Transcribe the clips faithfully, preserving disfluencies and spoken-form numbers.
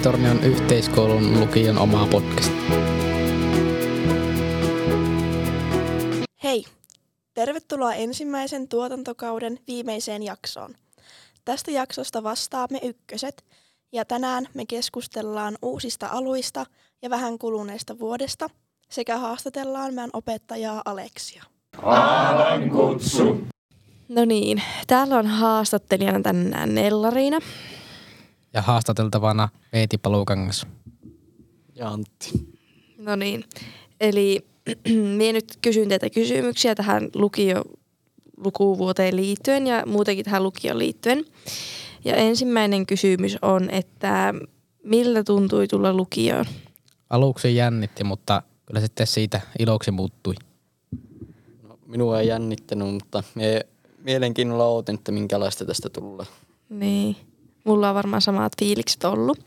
Ylitornion yhteiskoulun lukion omaa podcast. Hei! Tervetuloa ensimmäisen tuotantokauden viimeiseen jaksoon. Tästä jaksosta vastaamme ykköset ja tänään me keskustellaan uusista aluista ja vähän kuluneesta vuodesta sekä haastatellaan meidän opettajaa Aleksia. Aavan kutsu! No niin, täällä on haastattelijana tänään Nellariina. Ja haastateltavana Veeti Palukangas. Ja Antti. No niin, eli minä nyt kysyn teitä kysymyksiä tähän lukio, lukuvuoteen liittyen ja muutenkin tähän lukioon liittyen. Ja ensimmäinen kysymys on, että miltä tuntui tulla lukioon? Aluksi jännitti, mutta kyllä sitten siitä iloksi muuttui. No, minua ei jännittänyt, mutta mie mielenkiinnolla ootin, että minkälaista tästä tulee. Niin, mulla on varmaan samat fiilikset ollut.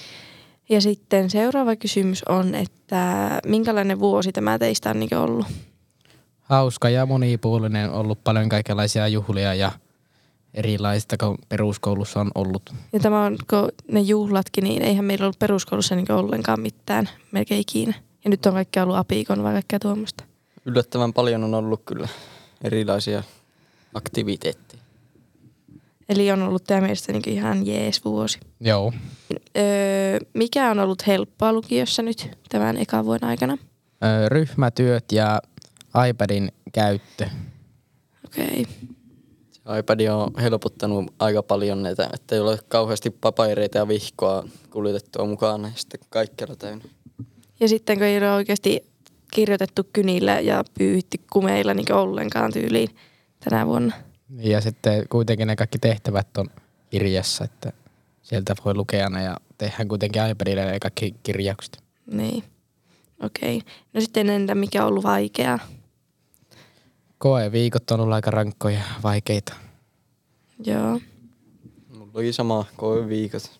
Ja sitten seuraava kysymys on, että minkälainen vuosi tämä teistä on niin ollut? Hauska ja monipuolinen, ollut paljon kaikenlaisia juhlia ja erilaista kuin peruskoulussa on ollut. Ja tämä on, kun ne juhlatkin, niin eihän meillä ollut peruskoulussa niin ollenkaan mitään, melkein ikinä. Ja nyt on kaikkea ollut apikon vai kaikkea tuommoista. Yllättävän paljon on ollut kyllä erilaisia aktiviteetteja. Eli on ollut teidän mielestä niin ihan jees vuosi. Joo. Öö, mikä on ollut helppoa lukiossa nyt tämän ekan vuoden aikana? Öö, ryhmätyöt ja iPadin käyttö. Okei. Se iPad on helpottanut aika paljon näitä, että ei ole kauheasti papereita ja vihkoa kuljetettua mukana ja sitten kaikkialla täynnä. Ja sitten kun ei ole oikeasti kirjoitettu kynillä ja pyyhitty kumeilla niin ollenkaan tyyliin tänä vuonna. Ja sitten kuitenkin ne kaikki tehtävät on kirjassa, että sieltä voi lukea ne ja tehdään kuitenkin iPadilla ne kaikki kirjaukset. Niin, okei. No sitten entä mikä on ollut vaikeaa? Koeviikot on ollut aika rankkoja ja vaikeita. Joo. Mulla oli sama koeviikot.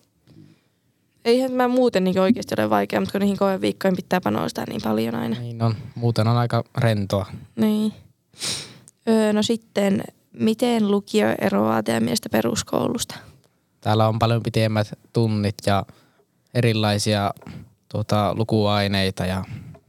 Eihän mä muuten niin oikeasti ole vaikea, mutta kun niihin koeviikkoihin pitää panostaa niin paljon aina. Niin on. Muuten on aika rentoa. Niin. Öö, no sitten, miten lukio eroaa teidän mielestä peruskoulusta? Täällä on paljon pitemmät tunnit ja erilaisia tuota, lukuaineita. Ja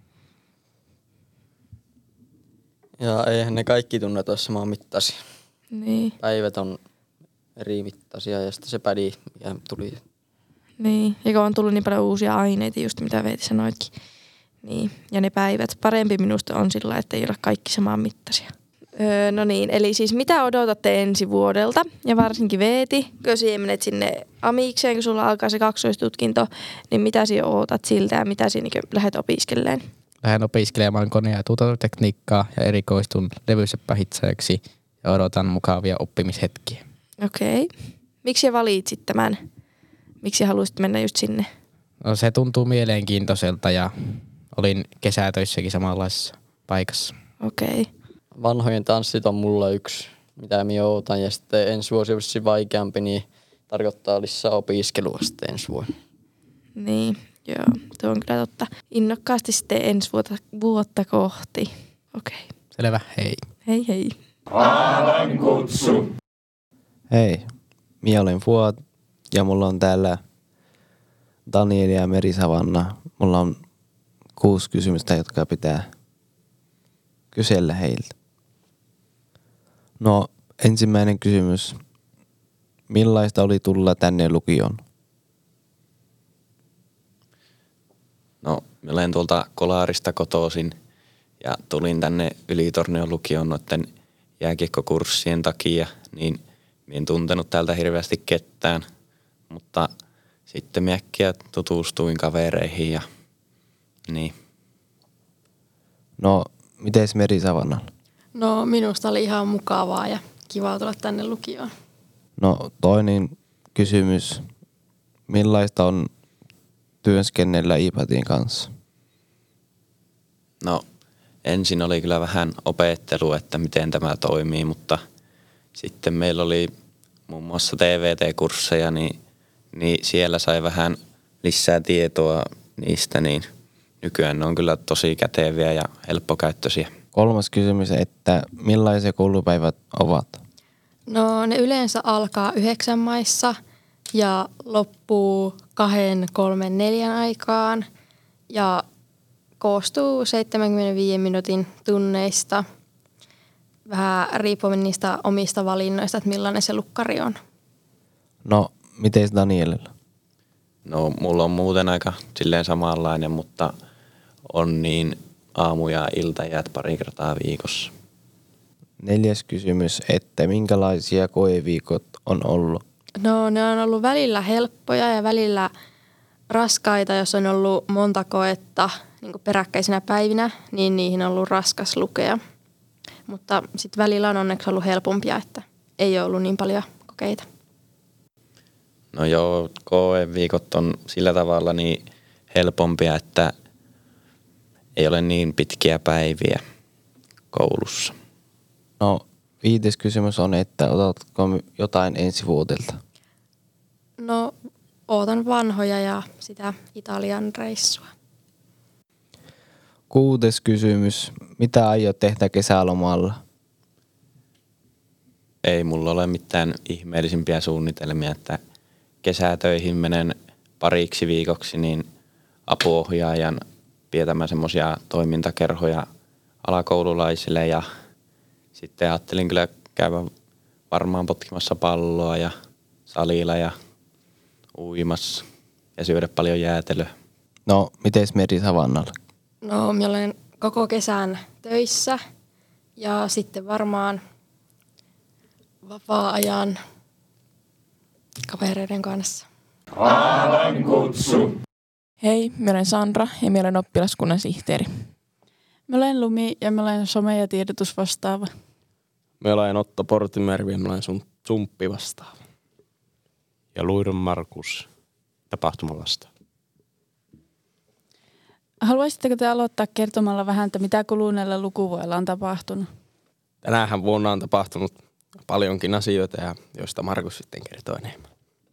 Ja eihän ne kaikki tunnet ole samaa mittaisia. Niin, Päivät on eri mittaisia ja sitten se pädi, mikä tuli. niin. Ja kun on tullut niin paljon uusia aineita, just mitä Veeti sanoitkin. Niin, ja ne päivät. Parempi minusta on sillä, että ei ole kaikki samaa mittaisia. Öö, no niin, eli siis mitä odotatte ensi vuodelta? Ja varsinkin Veeti, kun sinä menet sinne amikseen, kun sulla alkaa se kaksoistutkinto, niin mitä sinä odotat siltä ja mitä sinä niin lähdet opiskelemaan? lähden opiskelemaan kone- ja tuotantotekniikkaa ja erikoistun levyseppähitsajaksi ja odotan mukavia oppimishetkiä. Okei. Miksi sä valitsit tämän? Miksi haluaisit mennä just sinne? No, se tuntuu mielenkiintoiselta ja olin kesätöissäkin samanlaisessa paikassa. Okei. Vanhojen tanssit on mulla yksi, mitä minä ootan. Ja sitten ensi vuosi olisi vaikeampi, niin tarkoittaa lisää opiskelua sitten ensi vuonna. Niin, joo. Tuo on kyllä totta. Innokkaasti sitten ensi vuotta, vuotta kohti. Okei. Selvä, hei. Hei hei. Aavan kutsu! Hei, minä olen Fuad ja mulla on täällä Daniel ja Merisavanna. Mulla on kuusi kysymystä, jotka pitää kysellä heiltä. No, ensimmäinen kysymys. Millaista oli tulla tänne lukioon? No, mä olen tuolta Kolaarista kotoisin ja tulin tänne Ylitornion lukioon noiden jääkiekkokurssien takia, niin mä en tuntenut täältä hirveästi ketään, mutta sitten mä äkkiä tutustuin kavereihin ja niin. No, mites Merisavannalla? No minusta oli ihan mukavaa ja kiva tulla tänne lukioon. No, toinen kysymys. Millaista on työskennellä iPadin kanssa? No, ensin oli kyllä vähän opettelu, että miten tämä toimii, mutta sitten meillä oli muun muassa T V T-kursseja, niin, niin siellä sai vähän lisää tietoa niistä, niin nykyään ne on kyllä tosi käteviä ja helppokäyttöisiä. Kolmas kysymys, että millaisia koulupäivät ovat? No ne yleensä alkaa yhdeksän maissa ja loppuu kahden, kolmen, neljän aikaan ja koostuu seitsemänkymmentäviisi minuutin tunneista. Vähän riippuen niistä omista valinnoista, että millainen se lukkari on. No, miten Danielilla? No mulla on muuten aika silleen samanlainen, mutta on niin aamu- ja iltajäät pari kertaa viikossa. Neljäs kysymys, että minkälaisia koeviikot on ollut? No ne on ollut välillä helppoja ja välillä raskaita, jos on ollut monta koetta niin peräkkäisinä päivinä, niin niihin on ollut raskas lukea. Mutta sitten välillä on onneksi ollut helpompia, että ei ole ollut niin paljon kokeita. No joo, koeviikot on sillä tavalla niin helpompia, että ei ole niin pitkiä päiviä koulussa. No, viides kysymys on, että otatko jotain ensi vuodelta? No, ootan vanhoja ja sitä Italian reissua. Kuudes kysymys, mitä aiot tehdä kesälomalla? Ei mulla ole mitään ihmeellisimpiä suunnitelmia, että kesätöihin menen pariksi viikoksi niin apuohjaajan pitämään semmoisia toimintakerhoja alakoululaisille ja sitten ajattelin kyllä käydä varmaan potkimassa palloa ja salilla ja uimassa ja syödä paljon jäätelöä. No, mites Meri Savannalla? No, minä olen koko kesän töissä ja sitten varmaan vapaa-ajan kavereiden kanssa. Aavan kutsu. Hei, minä olen Sandra ja minä olen oppilaskunnan sihteeri. Mä olen Lumi ja mä olen some- ja tiedotusvastaava. Mä olen Otto Portimervi ja mä olen sun sumppi vastaava. Ja Luidon Markus, tapahtuma vastaava. Haluaisitteko te aloittaa kertomalla vähän, että mitä kuluneella lukuvuodella on tapahtunut? Tänähän vuonna on tapahtunut paljonkin asioita, ja joista Markus sitten kertoo enemmän.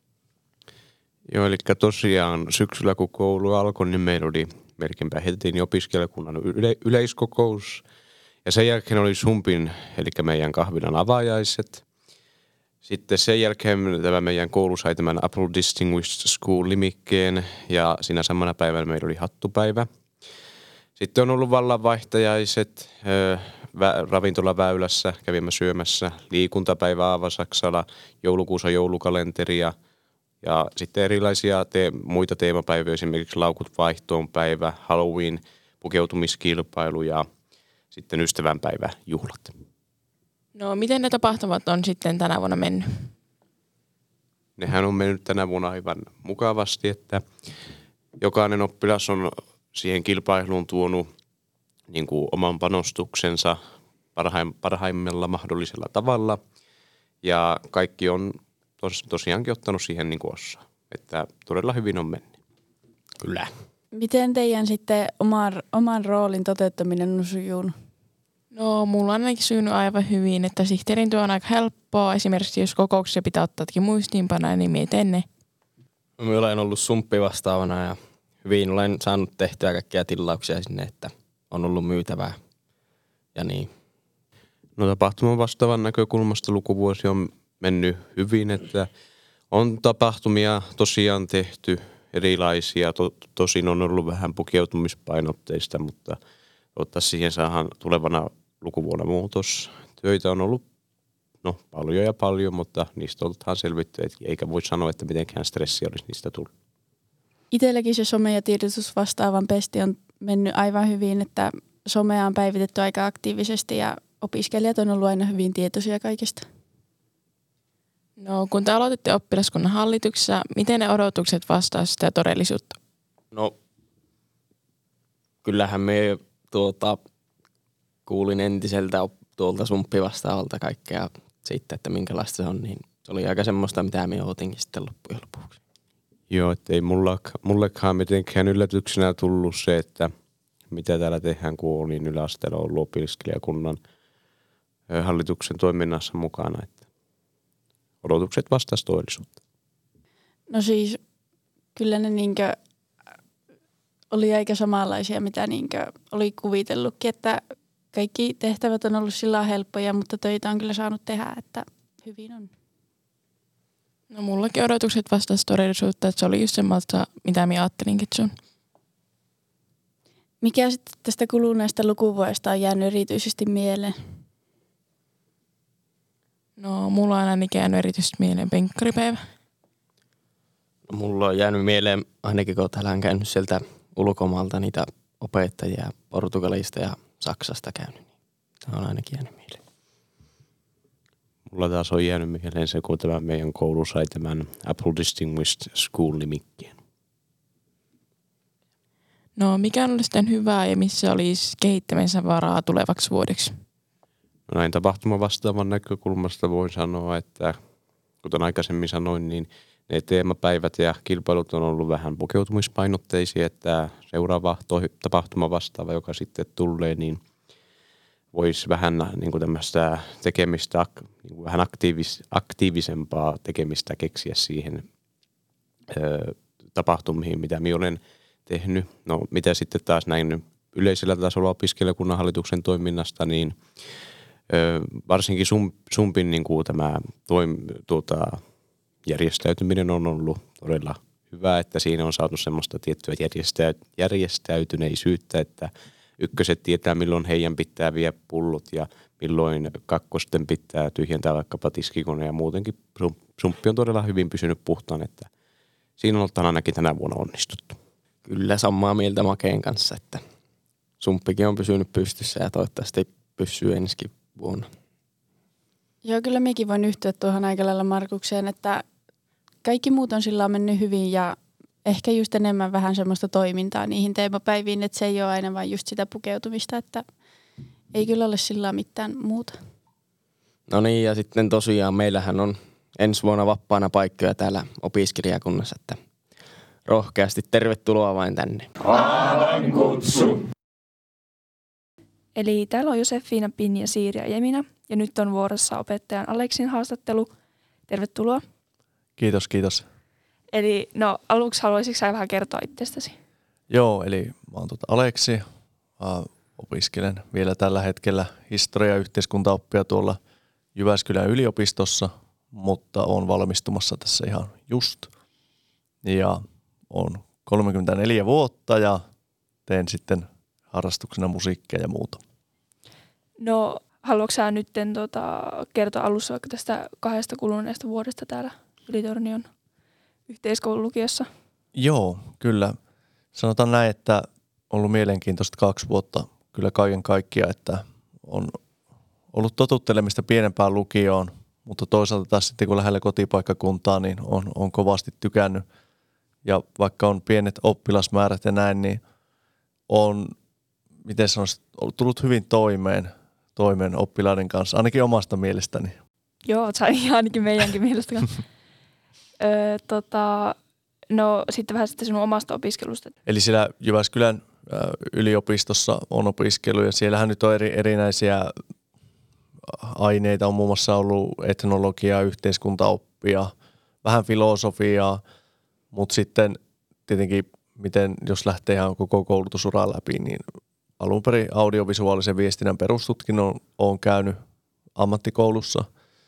Joo, eli tosiaan syksyllä kun koulu alkoi, niin meillä oli melkeinpä heti opiskelijakunnan yle- yleiskokous. Ja sen jälkeen oli Sumpin, eli meidän kahvilan avajaiset. Sitten sen jälkeen tämä meidän koulu sai tämän Apple Distinguished School-nimikkeen, ja siinä samana päivänä meillä oli hattupäivä. Sitten on ollut vallanvaihtajaiset ravintolaväylässä, kävimme syömässä, liikuntapäivä Aavasaksala, joulukuussa joulukalenteria ja sitten erilaisia te- muita teemapäiviä, esimerkiksi laukut vaihtoon päivä, Halloween, pukeutumiskilpailu ja sitten ystävänpäivä juhlat. No miten ne tapahtumat on sitten tänä vuonna mennyt? Nehän on mennyt tänä vuonna aivan mukavasti, että jokainen oppilas on siihen kilpailuun tuonut niin kuin oman panostuksensa parhaim, parhaimmalla mahdollisella tavalla. Ja kaikki on tos, tosiaankin ottanut siihen niin kuin osaa. Että todella hyvin on mennyt. Kyllä. Miten teidän sitten oman, oman roolin toteuttaminen on sujunut? No mulla on ainakin syynyt aivan hyvin, että sihteerin työ on aika helppoa. Esimerkiksi jos kokouksessa pitää ottaa jotakin muistiinpanoja, niin mie teen ne. Minä olen ollut sumppi vastaavana ja hyvin olen saanut tehtyä kaikkia tilauksia sinne, että on ollut myytävää ja niin. No tapahtuman vastaavan näkökulmasta lukuvuosi on mennyt hyvin, että on tapahtumia tosiaan tehty erilaisia. To, tosin on ollut vähän pukeutumispainotteista, mutta toivottavasti siihen saadaan tulevana lukuvuonna muutos. Töitä on ollut no, paljon ja paljon, mutta niistä oltaan selvitty, eikä voi sanoa, että mitenkään stressi olisi niistä tullut. Itselläkin se some- ja tiedotusvastaavan pesti on mennyt aivan hyvin, että somea on päivitetty aika aktiivisesti ja opiskelijat on ollut aina hyvin tietoisia kaikesta. No kun te aloititte oppilaskunnan hallituksessa, miten ne odotukset vastaa sitä todellisuutta? No kyllähän me tuota, kuulin entiseltä op, tuolta sumppivastaavalta kaikkea siitä, että minkälaista se on, niin se oli aika semmoista, mitä me ootinkin sitten loppujen lopuksi. Joo, että ei mulla, mullekaan mitenkään yllätyksenä tullut se, että mitä täällä tehdään, kun olin yläasteella ollut opiskelijakunnan hallituksen toiminnassa mukana. Että odotukset vastasivat todellisuutta. No siis kyllä ne niinkö oli aika samanlaisia, mitä niinkö oli kuvitellutkin, että kaikki tehtävät on ollut sillä helppoja, mutta töitä on kyllä saanut tehdä, että hyvin on. No mullakin odotukset vastasi todellisuutta, että se oli just semmoista, mitä minä ajattelinkin, että se on. Mikä sitten tästä kuluneesta lukuvuodesta on jäänyt erityisesti mieleen? No mulla on ainakin jäänyt erityisesti mieleen penkkaripäivä. No, mulla on jäänyt mieleen, ainakin kun täällä on käynyt sieltä ulkomaalta niitä opettajia Portugalista ja Saksasta käynyt. Tämä on ainakin jäänyt mieleen. Mulla taas on jäänyt mieleen se, kun tämä meidän koulu sai tämän Apple Distinguished School-nimikkeen. No mikä on sitten hyvää ja missä olisi kehittämisen varaa tulevaksi vuodeksi? No näin tapahtuma vastaavan näkökulmasta voin sanoa, että kuten aikaisemmin sanoin, niin ne teemapäivät ja kilpailut on ollut vähän pukeutumispainotteisia, että seuraava tapahtuma vastaava, joka sitten tulee, niin voisi vähän niin kuin tämmöistä tekemistä, niin kuin vähän aktiivis, aktiivisempaa tekemistä keksiä siihen ö, tapahtumiin, mitä minä olen tehnyt. No mitä sitten taas näin yleisellä tasolla opiskelijakunnan hallituksen toiminnasta, niin ö, varsinkin sum, Sumpin niin kuin tämä toim, tuota, järjestäytyminen on ollut todella hyvä, että siinä on saatu semmoista tiettyä järjestä, järjestäytyneisyyttä, että ykköset tietää, milloin heidän pitää vie pullot ja milloin kakkosten pitää tyhjentää vaikkapa tiskikone ja muutenkin Sumppi on todella hyvin pysynyt puhtaan, että siinä on ainakin tänä vuonna onnistuttu. Kyllä samaa mieltä Makeen kanssa, että Sumppikin on pysynyt pystyssä ja toivottavasti pysyy ensi vuonna. Joo, kyllä minäkin voin yhtyä tuohon aika lailla Markukseen, että kaikki muut on sillä mennyt hyvin ja ehkä just enemmän vähän semmoista toimintaa niihin teemapäiviin, että se ei ole aina vain just sitä pukeutumista, että ei kyllä ole sillä mitään muuta. No niin, ja sitten tosiaan meillähän on ensi vuonna vapaana paikkoja täällä opiskelijakunnassa, että rohkeasti tervetuloa vain tänne. Aavan kutsu. Eli täällä on Josefina, Pinja, Siiri ja Jemina ja nyt on vuorossa opettajan Aleksin haastattelu. Tervetuloa. Kiitos, kiitos. Eli no aluksi haluaisitko sä vähän kertoa itsestäsi? Joo, eli mä oon tuota Aleksi, äh, opiskelen vielä tällä hetkellä historia- ja yhteiskuntaoppia tuolla Jyväskylän yliopistossa, mutta oon valmistumassa tässä ihan just. Ja oon kolmekymmentäneljä vuotta ja teen sitten harrastuksena musiikkia ja muuta. No haluatko sä nyt tota, kertoa alussa vaikka tästä kahdesta kuluneesta vuodesta täällä Ylitornion yhteiskoululukiossa? Joo, kyllä. Sanotaan näin, että on ollut mielenkiintoista kaksi vuotta kyllä kaiken kaikkiaan, että on ollut totuttelemista pienempään lukioon, mutta toisaalta taas sitten kun lähellä kotipaikkakuntaa, niin on, on kovasti tykännyt. Ja vaikka on pienet oppilasmäärät ja näin, niin on, miten sanoisin, tullut hyvin toimeen, toimeen oppilaiden kanssa, ainakin omasta mielestäni. Joo, se on ainakin meidänkin mielestä. öö, tota, no sitten vähän sitten sinun omasta opiskelusta. Eli siellä Jyväskylän yliopistossa on opiskelu ja siellähän nyt on eri, erinäisiä aineita. On muun muassa ollut etnologiaa, yhteiskuntaoppia, vähän filosofiaa, mutta sitten tietenkin miten, jos lähtee ihan koko koulutusuraa läpi, niin alun perin audiovisuaalisen viestinnän perustutkinnon olen käynyt ammattikoulussa.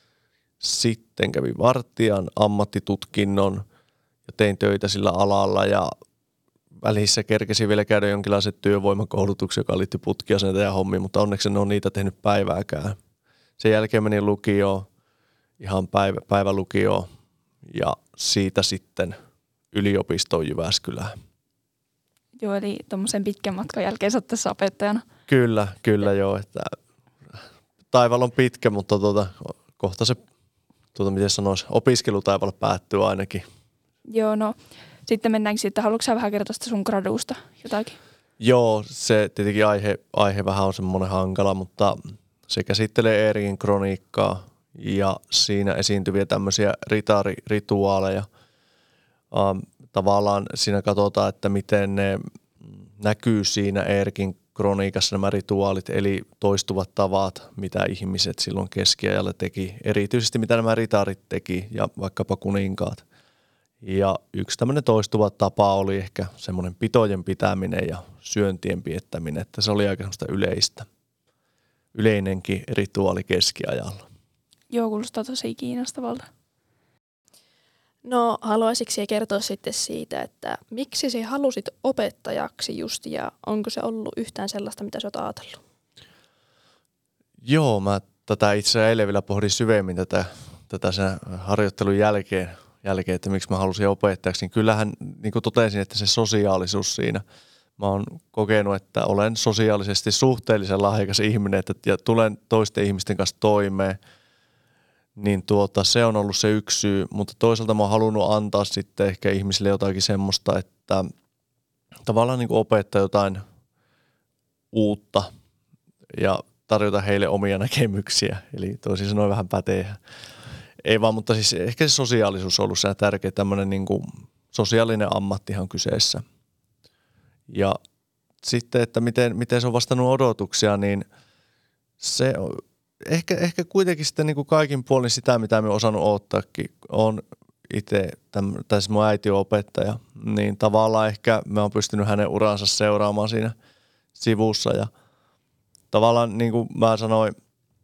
Sitten kävin vartijan ammattitutkinnon ja tein töitä sillä alalla ja välissä kerkesin vielä käydä jonkinlaiset työvoimakoulutukset, joka liittyi putkiasenteen ja hommiin, mutta onneksi en ole niitä tehnyt päivääkään. Sen jälkeen menin lukioon, ihan päivä, päivälukioon ja siitä sitten yliopistoon Jyväskylään. Joo, eli tuommoisen pitkän matkan jälkeen sä oot tässä opettajana. Kyllä, kyllä joo. Että taival on pitkä, mutta tuota, kohta se, tuota, miten sanoisi, opiskelutaival päättyy ainakin. Joo, no sitten mennäänkö sitten, haluatko sä vähän kertoa sitä sun graduusta jotakin? Joo, se tietenkin aihe, aihe vähän on semmoinen hankala, mutta se käsittelee Eerikin kroniikkaa ja siinä esiintyviä tämmöisiä ritaarirituaaleja. Um, tavallaan siinä katsotaan, että miten ne näkyy siinä Eerikin kroniikassa nämä rituaalit, eli toistuvat tavat, mitä ihmiset silloin keskiajalla teki, erityisesti mitä nämä ritaarit teki ja vaikkapa kuninkaat. Ja yksi tämmöinen toistuva tapa oli ehkä semmoinen pitojen pitäminen ja syöntien piettäminen, että se oli aika semmoista yleistä, yleinenkin rituaali keskiajalla. Joo, kuulostaa tosi kiinnostavalta. No haluaisitko sinä kertoa sitten siitä, että miksi sinä halusit opettajaksi just ja onko se ollut yhtään sellaista, mitä sinä olet ajatellut? Joo, mä tätä itse asiassa eilen vielä pohdin syvemmin tätä, tätä sen harjoittelun jälkeen, jälkeen, että miksi mä halusin opettajaksi. Niin kyllähän, niin kuin totesin, että se sosiaalisuus siinä. Mä oon kokenut, että olen sosiaalisesti suhteellisen lahjakas ihminen että, ja tulen toisten ihmisten kanssa toimeen. Niin tuota, se on ollut se yksi syy, mutta toisaalta mä oon halunnut antaa sitten ehkä ihmisille jotakin semmoista, että tavallaan niin kuin opettaa jotain uutta ja tarjota heille omia näkemyksiä, eli toisin sanoen vähän pätee. Ei vaan, mutta siis ehkä se sosiaalisuus on ollut se tärkeä, tämmöinen niin kuin sosiaalinen ammattihan kyseessä. Ja sitten, että miten, miten se on vastannut odotuksia, niin se on ehkä, ehkä kuitenkin sitten niin kuin kaikin puolin sitä, mitä me on osannut odottaakin. Olen itse, tai siis mun äiti on opettaja, niin tavallaan ehkä me on pystynyt hänen uransa seuraamaan siinä sivussa ja tavallaan niin kuin mä sanoin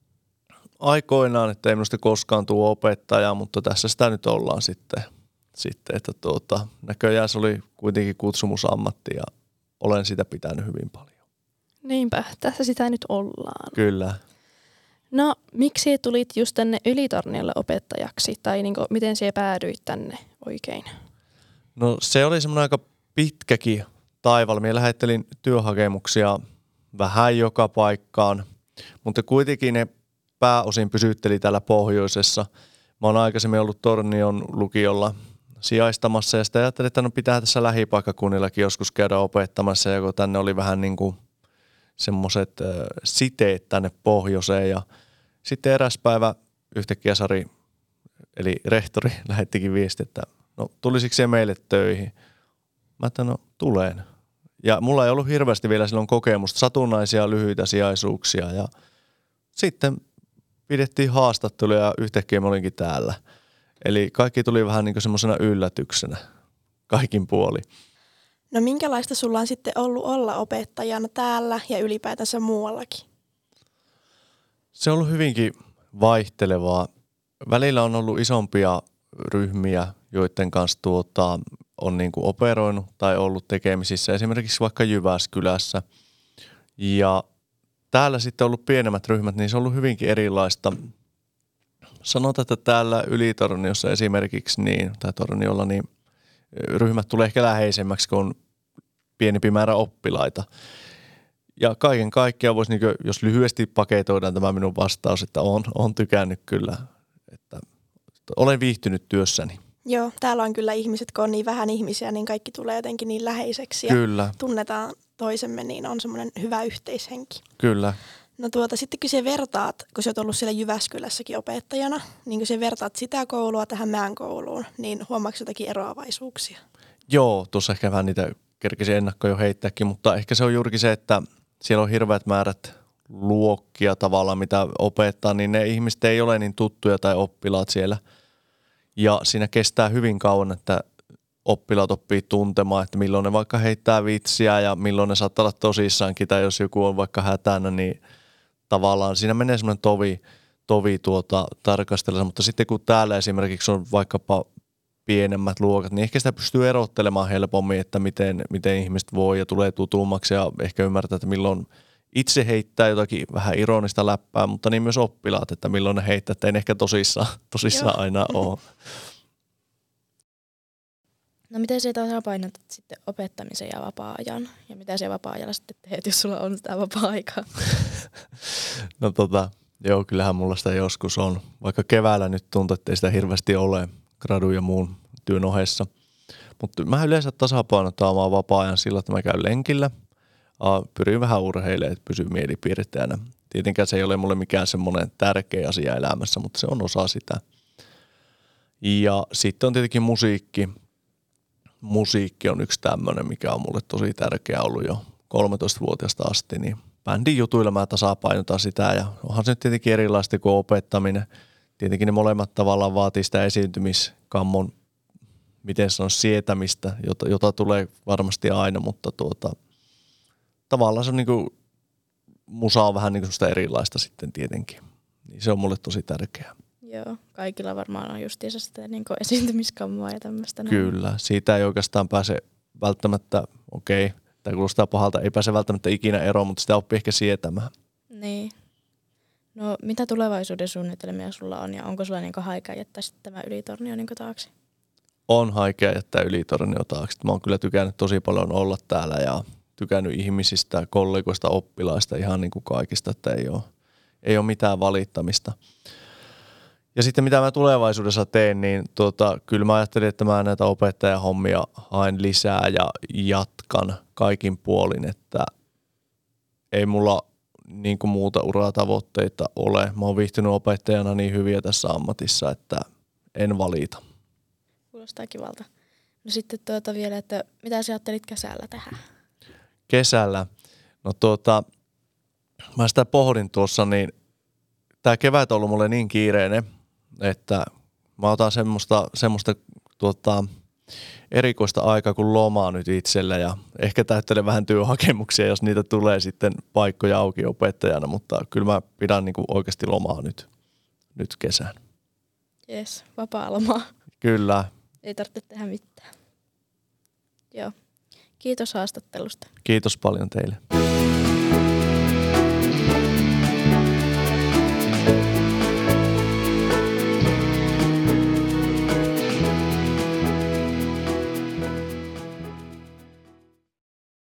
aikoinaan, että ei minusta koskaan tule opettajaa, mutta tässä sitä nyt ollaan sitten, sitten että tuota, näköjään se oli kuitenkin kutsumusammatti ja olen sitä pitänyt hyvin paljon. Niinpä, tässä sitä nyt ollaan. Kyllä. No, miksi tulit just tänne Ylitorniolle opettajaksi tai niin kuin, miten sinä päädyit tänne oikein? No se oli semmoinen aika pitkäkin taival. Minä lähettelin työhakemuksia vähän joka paikkaan, mutta kuitenkin ne pääosin pysytteli täällä pohjoisessa. Mä oon aikaisemmin ollut Tornion lukiolla sijaistamassa ja sitten ajattelin, että no pitää tässä lähipaikkakunnillakin joskus käydä opettamassa ja kun tänne oli vähän niin kuin semmoiset äh, siteet tänne pohjoiseen ja sitten eräs päivä yhtäkkiä Sari, eli rehtori, lähettikin viesti, että no tulisiko se meille töihin? Mä että no tuleen. Ja mulla ei ollut hirveästi vielä silloin kokemusta, satunnaisia lyhyitä sijaisuuksia ja sitten pidettiin haastatteluja ja yhtäkkiä mä olinkin täällä. Eli kaikki tuli vähän niin kuin semmoisena yllätyksenä kaikin puoli. No minkälaista sulla on sitten ollut olla opettajana täällä ja ylipäätänsä muuallakin? Se on ollut hyvinkin vaihtelevaa. Välillä on ollut isompia ryhmiä, joiden kanssa tuota, on niin kuin operoinut tai ollut tekemisissä esimerkiksi vaikka Jyväskylässä. Ja täällä sitten on ollut pienemmät ryhmät, niin se on ollut hyvinkin erilaista. Sanotaan, että täällä Ylitorniossa esimerkiksi, niin, tai Torniolla, niin ryhmät tulee ehkä läheisemmäksi, kun on pienempi määrä oppilaita. Ja kaiken kaikkiaan voisi, niin kuin, jos lyhyesti paketoidaan tämä minun vastaus, että olen, olen tykännyt kyllä, että olen viihtynyt työssäni. Joo, täällä on kyllä ihmiset, kun on niin vähän ihmisiä, niin kaikki tulee jotenkin niin läheiseksi ja kyllä. Tunnetaan toisemme, niin on semmoinen hyvä yhteishenki. Kyllä. No tuota, sitten kun sä vertaat, kun sä oot ollut siellä Jyväskylässäkin opettajana, niin kun sä vertaat sitä koulua tähän meidän kouluun, niin huomaatko jotakin eroavaisuuksia? Joo, tuossa ehkä vähän niitä kerkesin ennakkoon jo heittääkin, mutta ehkä se on juurikin se, että siellä on hirveät määrät luokkia tavallaan, mitä opettaa, niin ne ihmiset ei ole niin tuttuja tai oppilaat siellä. Ja siinä kestää hyvin kauan, että oppilaat oppii tuntemaan, että milloin ne vaikka heittää vitsiä ja milloin ne saattaa olla tosissaankin, tai jos joku on vaikka hätänä, niin tavallaan siinä menee semmoinen tovi, tovi tuota, tarkastella, mutta sitten kun täällä esimerkiksi on vaikkapa pienemmät luokat, niin ehkä sitä pystyy erottelemaan helpommin, että miten, miten ihmiset voi ja tulee tutummaksi ja ehkä ymmärtää, että milloin itse heittää jotakin vähän ironista läppää, mutta niin myös oppilaat, että milloin ne heittää, että ei ehkä tosissaan, tosissaan aina ole. No miten se tasapainotat sitten opettamisen ja vapaa-ajan? Ja mitä se vapaa-ajalla sitten teet, jos sulla on sitä vapaa-aikaa? No tota, joo, kyllähän mulla sitä joskus on. Vaikka keväällä nyt tuntuu, että ei sitä hirveästi ole gradun ja muun työn ohessa. Mutta mä yleensä tasapainotan omaa vapaa-ajan sillä, että mä käyn lenkillä. Pyrin vähän urheilemaan, että pysyy mielipirteänä. Tietenkään se ei ole mulle mikään semmoinen tärkeä asia elämässä, mutta se on osa sitä. Ja sitten on tietenkin musiikki. Musiikki on yksi tämmöinen, mikä on mulle tosi tärkeä ollut jo kolmetoistavuotiaasta asti, niin bändin jutuilla mä tasapainotan sitä ja onhan se nyt tietenkin erilaista kuin opettaminen. Tietenkin ne molemmat tavallaan vaatii sitä esiintymiskammon, miten se on sietämistä, jota, jota tulee varmasti aina, mutta tuota, tavallaan se on niin kuin, musa on vähän niin kuin sitä erilaista sitten tietenkin. Niin se on mulle tosi tärkeää. Joo, kaikilla varmaan on justiinsa sitä niin esiintymiskammoa ja tämmöistä. Kyllä, siitä ei oikeastaan pääse välttämättä, okei, okay, tämä kuulostaa pahalta, ei pääse välttämättä ikinä eroon, mutta sitä oppii ehkä sietämään. Niin. No mitä tulevaisuuden suunnitelmia sulla on ja onko sulla niin haikea jättää sitten tämä Ylitornio niin taakse? On haikea jättää Ylitornio taakse. Mä oon kyllä tykännyt tosi paljon olla täällä ja tykännyt ihmisistä, kollegoista, oppilaista, ihan niin kuin kaikista, että ei ole, ei ole mitään valittamista. Ja sitten mitä mä tulevaisuudessa teen, niin tuota, kyllä mä ajattelin, että mä näitä opettajahommia haen lisää ja jatkan kaikin puolin, että ei mulla niin kuin muuta uratavoitteita ole. Mä oon viihtynyt opettajana niin hyviä tässä ammatissa, että en valita. Kuulostaa kivalta. No sitten tuota vielä, että mitä sä ajattelit kesällä tehdä? Kesällä? No tuota, mä sitä pohdin tuossa, niin tää kevät on ollut mulle niin kiireinen, että mä otan semmoista, semmoista tuota, erikoista aikaa kuin lomaa nyt itsellä ja ehkä täyttelen vähän työhakemuksia, jos niitä tulee sitten paikkoja auki opettajana, mutta kyllä mä pidän niin kuin oikeasti lomaa nyt, nyt kesän. Jes, vapaa lomaa. Kyllä. Ei tarvitse tehdä mitään. Joo. Kiitos haastattelusta. Kiitos paljon teille.